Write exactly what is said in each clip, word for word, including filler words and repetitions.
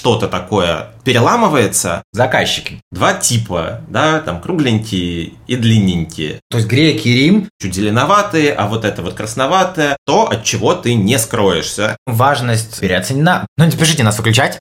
что-то такое переламывается. Заказчики. Два типа, да, там кругленькие и длинненькие. То есть греки и Рим. Чуть зеленоватые, а вот это вот красноватое. То, от чего ты не скроешься. Важность переоценена. Ну, не спешите нас выключать.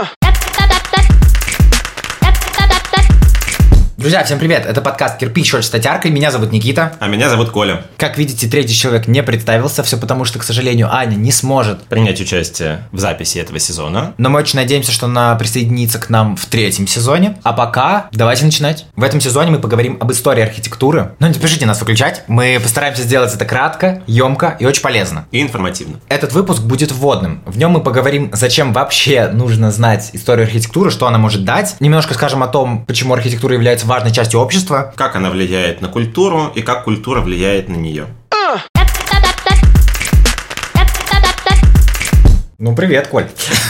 Друзья, всем привет! Это подкаст «Кирпич, щель, статярка», и меня зовут Никита. А меня зовут Коля. Как видите, третий человек не представился, все потому что, к сожалению, Аня не сможет принять участие в записи этого сезона. Но мы очень надеемся, что она присоединится к нам в третьем сезоне. А пока давайте начинать. В этом сезоне мы поговорим об истории архитектуры. Но не спешите нас выключать. Мы постараемся сделать это кратко, емко и очень полезно. И информативно. Этот выпуск будет вводным. В нем мы поговорим, зачем вообще нужно знать историю архитектуры, что она может дать. Немножко скажем о том, почему архитектура является важной частью общества. Как она влияет на культуру и как культура влияет на нее. Ну, привет, Коль.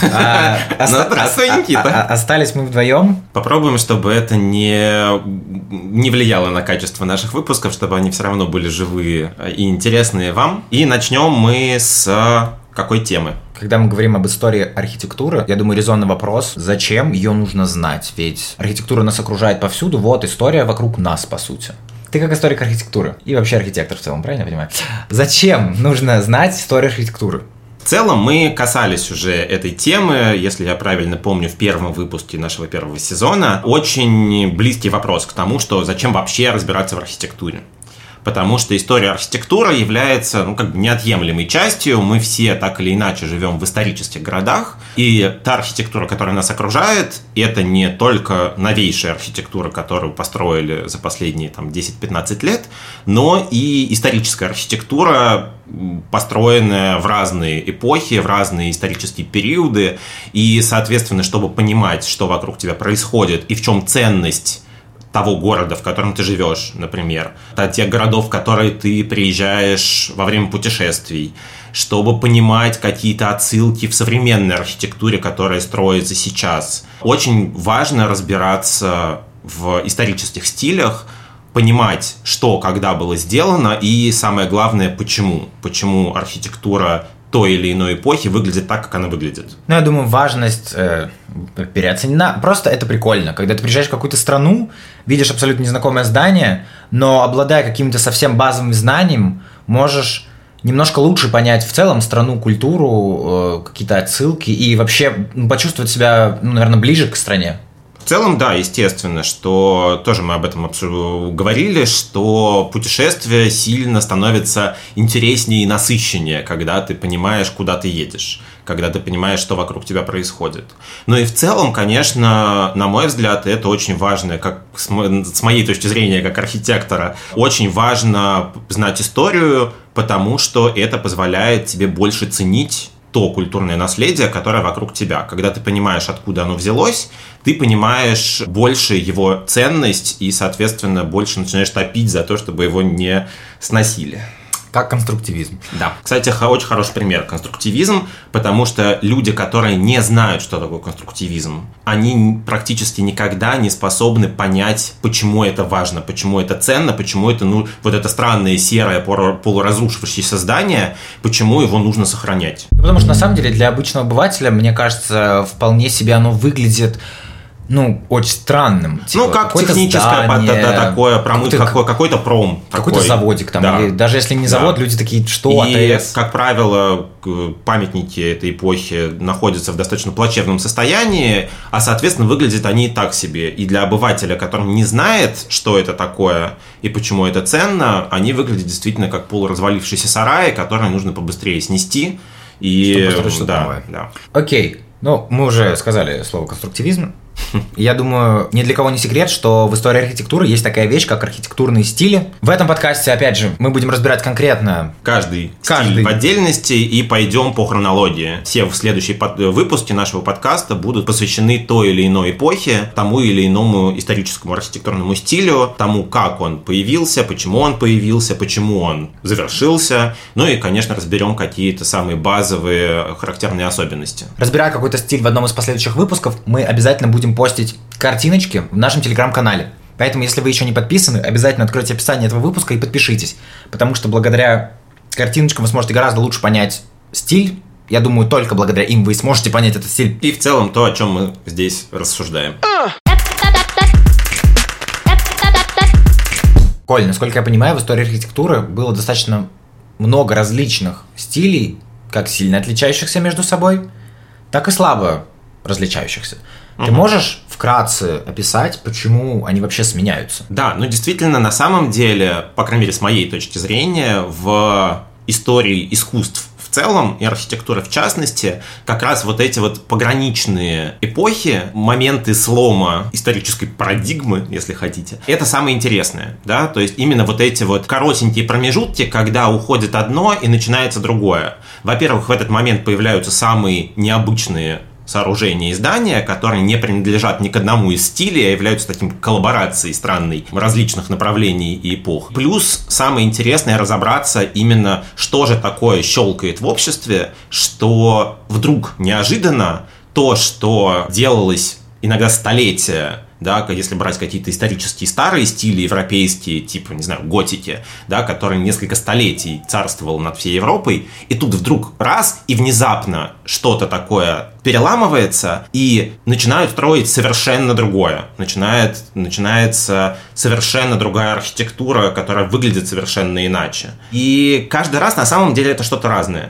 Ну, здравствуй, Никита. Остались мы вдвоем. Попробуем, чтобы это не, не влияло на качество наших выпусков, чтобы они все равно были живые и интересные вам. И начнем мы с какой темы? Когда мы говорим об истории архитектуры, я думаю, резонный вопрос, зачем ее нужно знать? Ведь архитектура нас окружает повсюду, вот история вокруг нас, по сути. Ты как историк архитектуры и вообще архитектор в целом, правильно я понимаю? Зачем нужно знать историю архитектуры? В целом мы касались уже этой темы, если я правильно помню, в первом выпуске нашего первого сезона. Очень близкий вопрос к тому, что зачем вообще разбираться в архитектуре. Потому что история архитектуры является, ну, как бы неотъемлемой частью. Мы все так или иначе живем в исторических городах. И та архитектура, которая нас окружает, это не только новейшая архитектура, которую построили за последние там, десять-пятнадцать лет, но и историческая архитектура, построенная в разные эпохи, в разные исторические периоды. И, соответственно, чтобы понимать, что вокруг тебя происходит и в чем ценность того города, в котором ты живешь, например, от тех городов, в которые ты приезжаешь во время путешествий, чтобы понимать какие-то отсылки в современной архитектуре, которая строится сейчас. Очень важно разбираться в исторических стилях, понимать, что когда было сделано, и самое главное, почему. Почему архитектура той или иной эпохи выглядит так, как она выглядит. Ну, я думаю, важность э, переоценена. Просто это прикольно. Когда ты приезжаешь в какую-то страну, видишь абсолютно незнакомое здание, но обладая каким-то совсем базовым знанием, можешь немножко лучше понять в целом страну, культуру, э, какие-то отсылки и вообще ну, почувствовать себя, ну, наверное, ближе к стране. В целом, да, естественно, что тоже мы об этом говорили, что путешествие сильно становится интереснее и насыщеннее, когда ты понимаешь, куда ты едешь, когда ты понимаешь, что вокруг тебя происходит. Но и в целом, конечно, на мой взгляд, это очень важно, как с моей точки зрения, как архитектора, очень важно знать историю, потому что это позволяет тебе больше ценить то культурное наследие, которое вокруг тебя. Когда ты понимаешь, откуда оно взялось, ты понимаешь больше его ценность и, соответственно, больше начинаешь топить за то, чтобы его не сносили. Как конструктивизм. Да. Кстати, очень хороший пример конструктивизм, потому что люди, которые не знают, что такое конструктивизм, они практически никогда не способны понять, почему это важно, почему это ценно, почему это, ну, вот это странное серое полуразрушивающееся здание, почему его нужно сохранять. Потому что, на самом деле, для обычного обывателя, мне кажется, вполне себе оно выглядит... Ну, очень странным. Типа, ну, как техническое, здание, да, такое, пром... какой-то, какой, какой-то пром. Какой-то такой заводик там. Да. Или даже если не завод, да. Люди такие, что И, АТС? Как правило, памятники этой эпохи находятся в достаточно плачевном состоянии, а, соответственно, выглядят они так себе. И для обывателя, который не знает, что это такое и почему это ценно, они выглядят действительно как полуразвалившиеся сараи, которые нужно побыстрее снести. И... Чтобы да, да. Окей. Ну, мы уже сказали слово «конструктивизм». Я думаю, ни для кого не секрет, что в истории архитектуры есть такая вещь, как архитектурные стили. В этом подкасте, опять же, мы будем разбирать конкретно каждый, каждый. стиль в отдельности и пойдем по хронологии. Все в следующие под... выпуски нашего подкаста будут посвящены той или иной эпохе, тому или иному историческому архитектурному стилю, тому, как он появился, почему он появился, почему он завершился. Ну и, конечно, разберем какие-то самые базовые характерные особенности. Разбирая какой-то стиль в одном из последующих выпусков, мы обязательно будем постить картиночки в нашем телеграм-канале. Поэтому, если вы еще не подписаны, обязательно откройте описание этого выпуска и подпишитесь. Потому что благодаря картиночкам вы сможете гораздо лучше понять стиль я думаю, только благодаря им вы сможете понять этот стиль. И в целом то, о чем мы здесь рассуждаем. Коль, насколько я понимаю, в истории архитектуры было достаточно много различных стилей, как сильно отличающихся между собой, так и слабо различающихся. Ты угу. можешь вкратце описать, почему они вообще сменяются? Да, ну действительно, на самом деле, по крайней мере, с моей точки зрения, в истории искусств в целом и архитектуры в частности, как раз вот эти вот пограничные эпохи, моменты слома исторической парадигмы, если хотите, это самое интересное, да, то есть именно вот эти вот коротенькие промежутки, когда уходит одно и начинается другое. Во-первых, в этот момент появляются самые необычные сооружения и здания, которые не принадлежат ни к одному из стилей, а являются таким коллаборацией странной различных направлений и эпох. Плюс самое интересное разобраться именно, что же такое щелкает в обществе, что вдруг неожиданно то, что делалось иногда столетия, да, если брать какие-то исторические старые стили европейские, типа, не знаю, готики, да, которые несколько столетий царствовал над всей Европой, и тут вдруг раз, и внезапно что-то такое переламывается, и начинают строить совершенно другое. Начинает, начинается совершенно другая архитектура, которая выглядит совершенно иначе. И каждый раз на самом деле это что-то разное.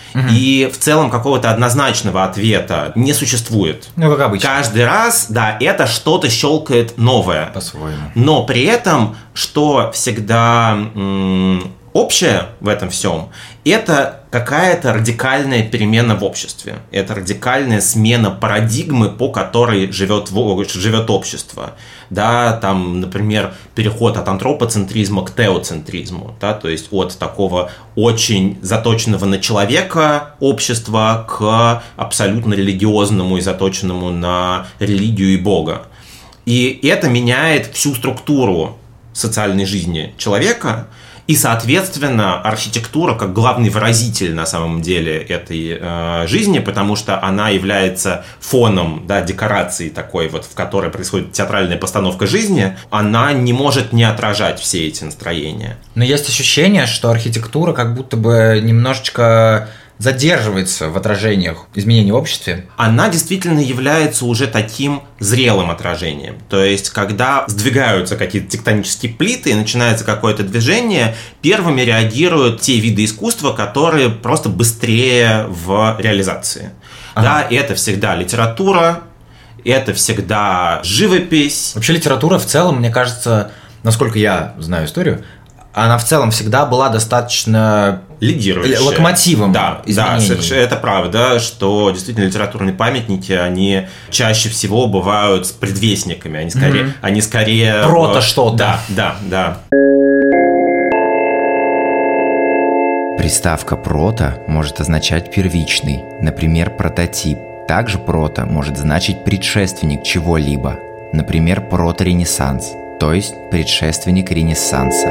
И в целом какого-то однозначного ответа не существует. Ну, как обычно. Каждый раз, да, это что-то щелкает новое. По-своему. Но при этом, что всегда м- общее в этом всем, это какая-то радикальная перемена в обществе. Это радикальная смена парадигмы, по которой живет, живет общество. Да, там, например, переход от антропоцентризма к теоцентризму, да, то есть от такого очень заточенного на человека общества к абсолютно религиозному и заточенному на религию и Бога. И это меняет всю структуру социальной жизни человека. И, соответственно, архитектура как главный выразитель на самом деле этой э, жизни, потому что она является фоном, да, декорации такой вот, в которой происходит театральная постановка жизни, она не может не отражать все эти настроения. Но есть ощущение, что архитектура как будто бы немножечко задерживается в отражениях изменений в обществе. Она действительно является уже таким зрелым отражением. То есть, когда сдвигаются какие-то тектонические плиты и начинается какое-то движение, первыми реагируют те виды искусства, которые просто быстрее в реализации. Ага. Да, это всегда литература, это всегда живопись. Вообще литература в целом, мне кажется, насколько я знаю историю, она в целом всегда была достаточно лидирующая. Локомотивом да, изменений. Да, совершенно, это правда, что действительно литературные памятники, они чаще всего бывают с предвестниками, они скорее... Mm-hmm. Они скорее прото что-то. Да, да, да. Приставка «прото» может означать первичный, например, прототип. Также «прото» может значить предшественник чего-либо, например, прото-ренессанс, то есть предшественник Ренессанса.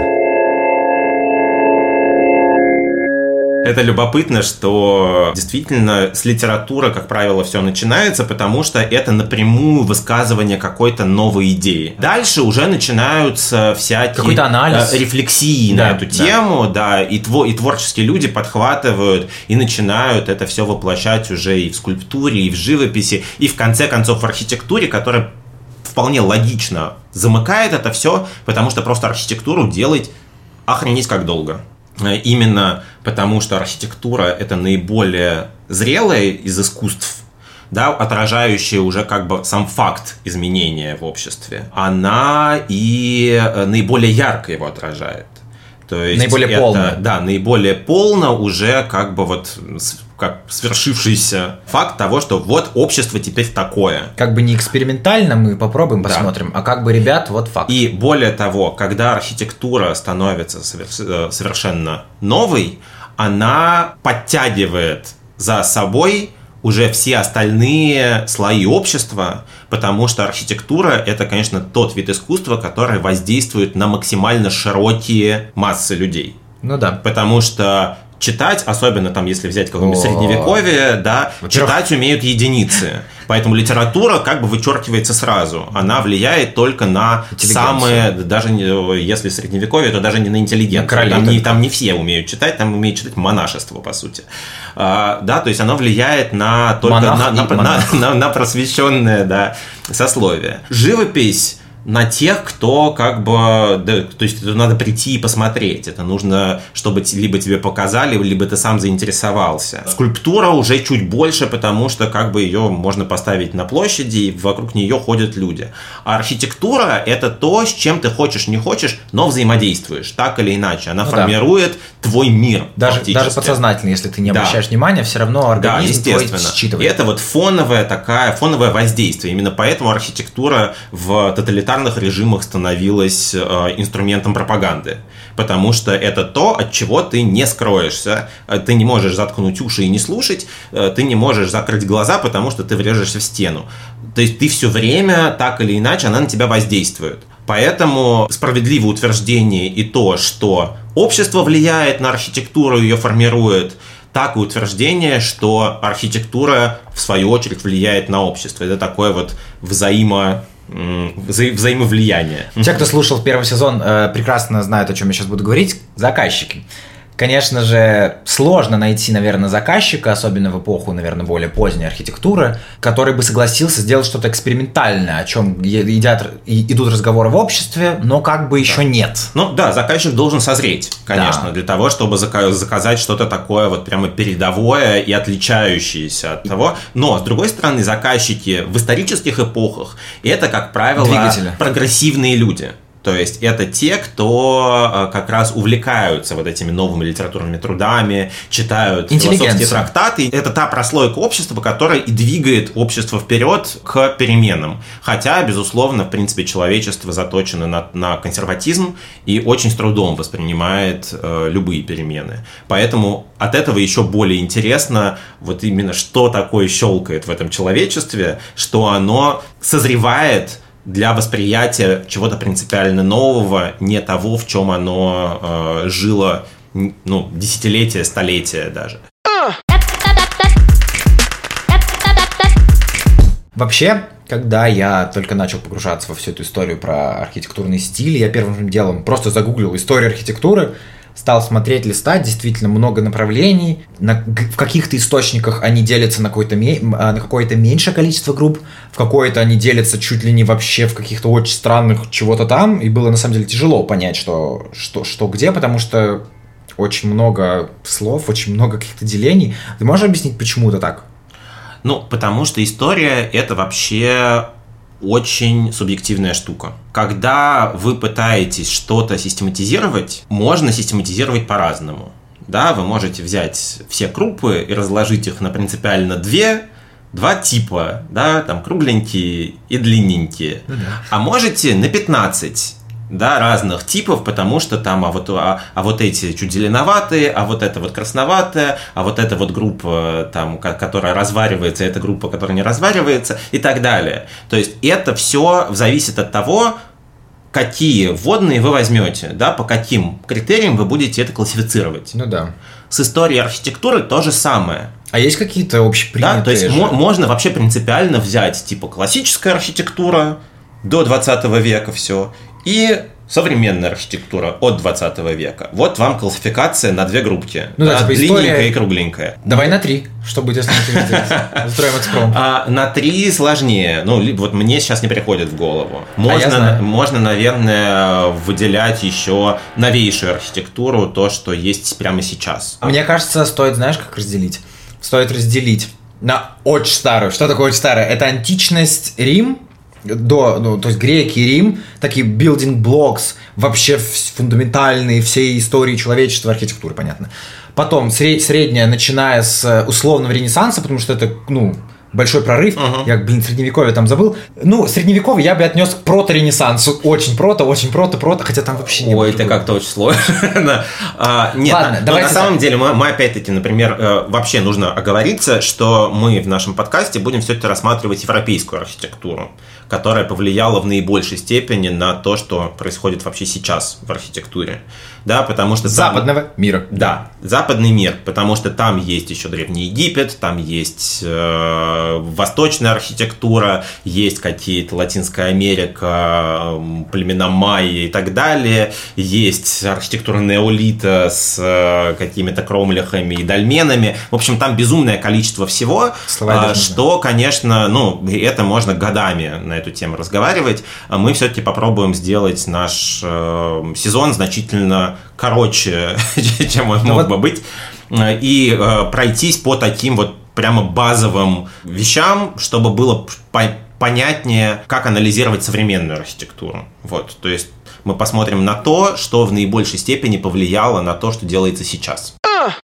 Это любопытно, что действительно с литературы, как правило, все начинается, потому что это напрямую высказывание какой-то новой идеи. Дальше уже начинаются всякие какой-то анализ, рефлексии да, на эту да. тему, да, и, тво, и творческие люди подхватывают и начинают это все воплощать уже и в скульптуре, и в живописи, и в конце концов в архитектуре, которая вполне логично замыкает это все, потому что просто архитектуру делать охренеть как долго. Именно потому, что архитектура – это наиболее зрелая из искусств, да, отражающая уже как бы сам факт изменения в обществе. Она и наиболее ярко его отражает. То есть наиболее это, полно. Да, наиболее полно уже как бы вот как свершившийся факт того, что вот общество теперь такое. Как бы не экспериментально, мы попробуем, да. посмотрим, а как бы, ребят, вот факт. И более того, когда архитектура становится совершенно новой, она подтягивает за собой уже все остальные слои общества, потому что архитектура – это, конечно, тот вид искусства, который воздействует на максимально широкие массы людей. Ну да. Потому что читать, особенно там, если взять какое-нибудь средневековье, да, читать умеют единицы. Поэтому литература как бы вычеркивается сразу. Она влияет только на самые, даже если средневековье, то даже не на интеллигенцию. Там не, там не все умеют читать, там умеют читать монашество, по сути. А, да, то есть оно влияет на только на, на, на, на, на просвещенное, да, сословие. Живопись на тех, кто как бы, да, то есть это надо прийти и посмотреть, это нужно, чтобы либо тебе показали, либо ты сам заинтересовался. Скульптура уже чуть больше, потому что как бы ее можно поставить на площади, и вокруг нее ходят люди. А архитектура – это то, с чем ты хочешь, не хочешь, но взаимодействуешь, так или иначе. Она ну, формирует да. твой мир. Даже, даже подсознательно, если ты не обращаешь да. внимания, все равно организм да, твой считывает. И это вот фоновое такая, фоновое воздействие. Именно поэтому архитектура в тоталитарном режимах становилась э, инструментом пропаганды, потому что это то, от чего ты не скроешься, ты не можешь заткнуть уши и не слушать, э, ты не можешь закрыть глаза, потому что ты врежешься в стену. То есть ты все время, так или иначе, она на тебя воздействует. Поэтому справедливое утверждение и то, что общество влияет на архитектуру, ее формирует, так и утверждение, что архитектура, в свою очередь, влияет на общество. Это такое вот взаимо... Вза- взаимовлияние. Те, кто слушал первый сезон, прекрасно знают, о чем я сейчас буду говорить. Заказчики. Конечно же, сложно найти, наверное, заказчика, особенно в эпоху, наверное, более поздней архитектуры, который бы согласился сделать что-то экспериментальное, о чем едят, идут разговоры в обществе, но как бы еще да. нет. Ну да, заказчик должен созреть, конечно, да. для того, чтобы заказать что-то такое вот прямо передовое и отличающееся от того. Но, с другой стороны, заказчики в исторических эпохах это, как правило, Двигатели. прогрессивные люди. То есть это те, кто как раз увлекаются вот этими новыми литературными трудами, читают философские трактаты. Это та прослойка общества, которая и двигает общество вперед к переменам. Хотя, безусловно, в принципе, человечество заточено на, на консерватизм и очень с трудом воспринимает э, любые перемены. Поэтому от этого еще более интересно вот именно, что такое щелкает в этом человечестве, что оно созревает для восприятия чего-то принципиально нового, не того, в чем оно э, жило ну, десятилетия, столетия даже. Вообще, когда я только начал погружаться во всю эту историю про архитектурный стиль, я первым делом просто загуглил историю архитектуры, стал смотреть, листать, действительно много направлений. На, в каких-то источниках они делятся на какое-то, на какое-то меньшее количество групп, в какое-то они делятся чуть ли не вообще в каких-то очень странных чего-то там. И было на самом деле тяжело понять, что, что, что где, потому что очень много слов, очень много каких-то делений. Ты можешь объяснить, почему это так? Ну, потому что история – это вообще очень субъективная штука. Когда вы пытаетесь что-то систематизировать, можно систематизировать по-разному. Да, вы можете взять все группы и разложить их на принципиально две, два типа, да, там кругленькие и длинненькие. Ну, да. А можете на пятнадцать. Да, разных типов, потому что там, а вот, а, а вот эти чуть зеленоватые, а вот это вот красноватая, а вот эта вот группа, там, которая разваривается, эта группа, которая не разваривается, и так далее. То есть это все зависит от того, какие вводные вы возьмете, да, по каким критериям вы будете это классифицировать. Ну да. С историей архитектуры то же самое. А есть какие-то общепринятые? Да, то есть м- можно вообще принципиально взять типа классическая архитектура до двадцатого века все, и современная архитектура от двадцатого века. Вот вам классификация на две группки. Ну да, типа длинненькая история... и кругленькая. Давай на три, что будет, если мы это сделать. Устроим экспромт. А на три сложнее. Ну, вот мне сейчас не приходит в голову. Можно, а можно, наверное, выделять еще новейшую архитектуру, то, что есть прямо сейчас. Мне кажется, стоит, знаешь, как разделить? Стоит разделить на очень старую. Что такое очень старая? Это античность, Рим, до, ну, то есть греки и Рим, такие building blocks, вообще фундаментальные всей истории человечества, архитектуры, понятно. Потом сред, средняя, начиная с условного Ренессанса, потому что это, ну, большой прорыв. Uh-huh. Я, блин, средневековье там забыл. Ну, средневековье я бы отнес к прото-ренессансу. Очень прото, очень прото-прото, хотя там вообще не было. Ой, это как-то очень сложно. Нет, Ладно, на самом деле мы опять-таки, например, вообще нужно оговориться, что мы в нашем подкасте будем все-таки рассматривать европейскую архитектуру, которая повлияла в наибольшей степени на то, что происходит вообще сейчас в архитектуре. Да, потому что западного там, мира. Да, западный мир, потому что там есть еще Древний Египет, там есть э, восточная архитектура, есть какие-то Латинская Америка, племена майя и так далее, есть архитектура неолита с э, какими-то кромлехами и дольменами. В общем, там безумное количество всего, э, что, конечно, ну, это можно годами на эту тему разговаривать. Мы все-таки попробуем сделать наш э, сезон значительно короче, чем он мог бы быть, и э, пройтись по таким вот прямо базовым вещам, чтобы было по- понятнее, как анализировать современную архитектуру. Вот, то есть мы посмотрим на то, что в наибольшей степени повлияло на то, что делается сейчас.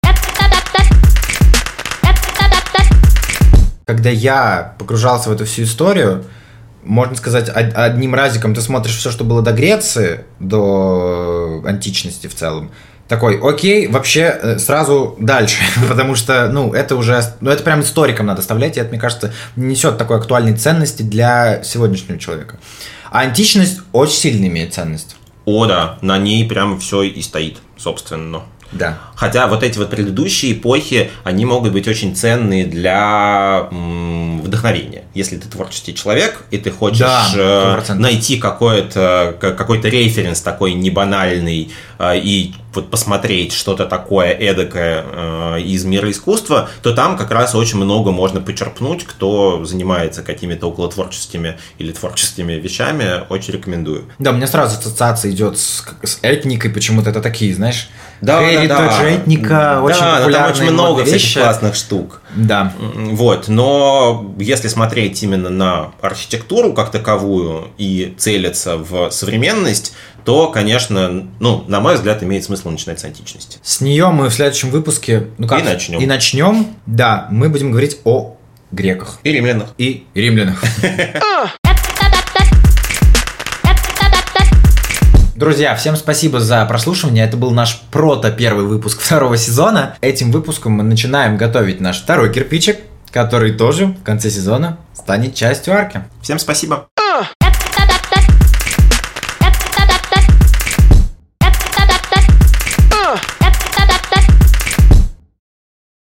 Когда я погружался в эту всю историю, можно сказать, одним разиком ты смотришь все, что было до Греции, до античности в целом. Такой, окей, вообще сразу дальше, потому что, ну, это уже, ну, это прям историкам надо оставлять, и это, мне кажется, несет такой актуальной ценности для сегодняшнего человека. А античность очень сильно имеет ценность. О, да, на ней прям все и стоит, собственно. Да. Хотя вот эти вот предыдущие эпохи, они могут быть очень ценные для м, вдохновения. Если ты творческий человек, и ты хочешь да, найти какой-то, какой-то референс такой небанальный и вот посмотреть что-то такое эдакое э, из мира искусства, то там как раз очень много можно почерпнуть. Кто занимается какими-то околотворческими или творческими вещами, очень рекомендую. Да, у меня сразу ассоциация идет с, с этникой, почему-то это такие, знаешь, да, Heritage, да, да. этника, очень да, популярные там очень много вещи. всяких классных штук. Да. Вот, но если смотреть именно на архитектуру как таковую и целиться в современность, то, конечно, ну, на мой взгляд, имеет смысл начинать с античности. С нее мы в следующем выпуске ну как, и начнем. И начнем, да, мы будем говорить о греках. И римлянах. И римлянах. Друзья, всем спасибо за прослушивание. Это был наш прото первый выпуск второго сезона. Этим выпуском мы начинаем готовить наш второй кирпичик, который тоже в конце сезона станет частью арки. Всем спасибо.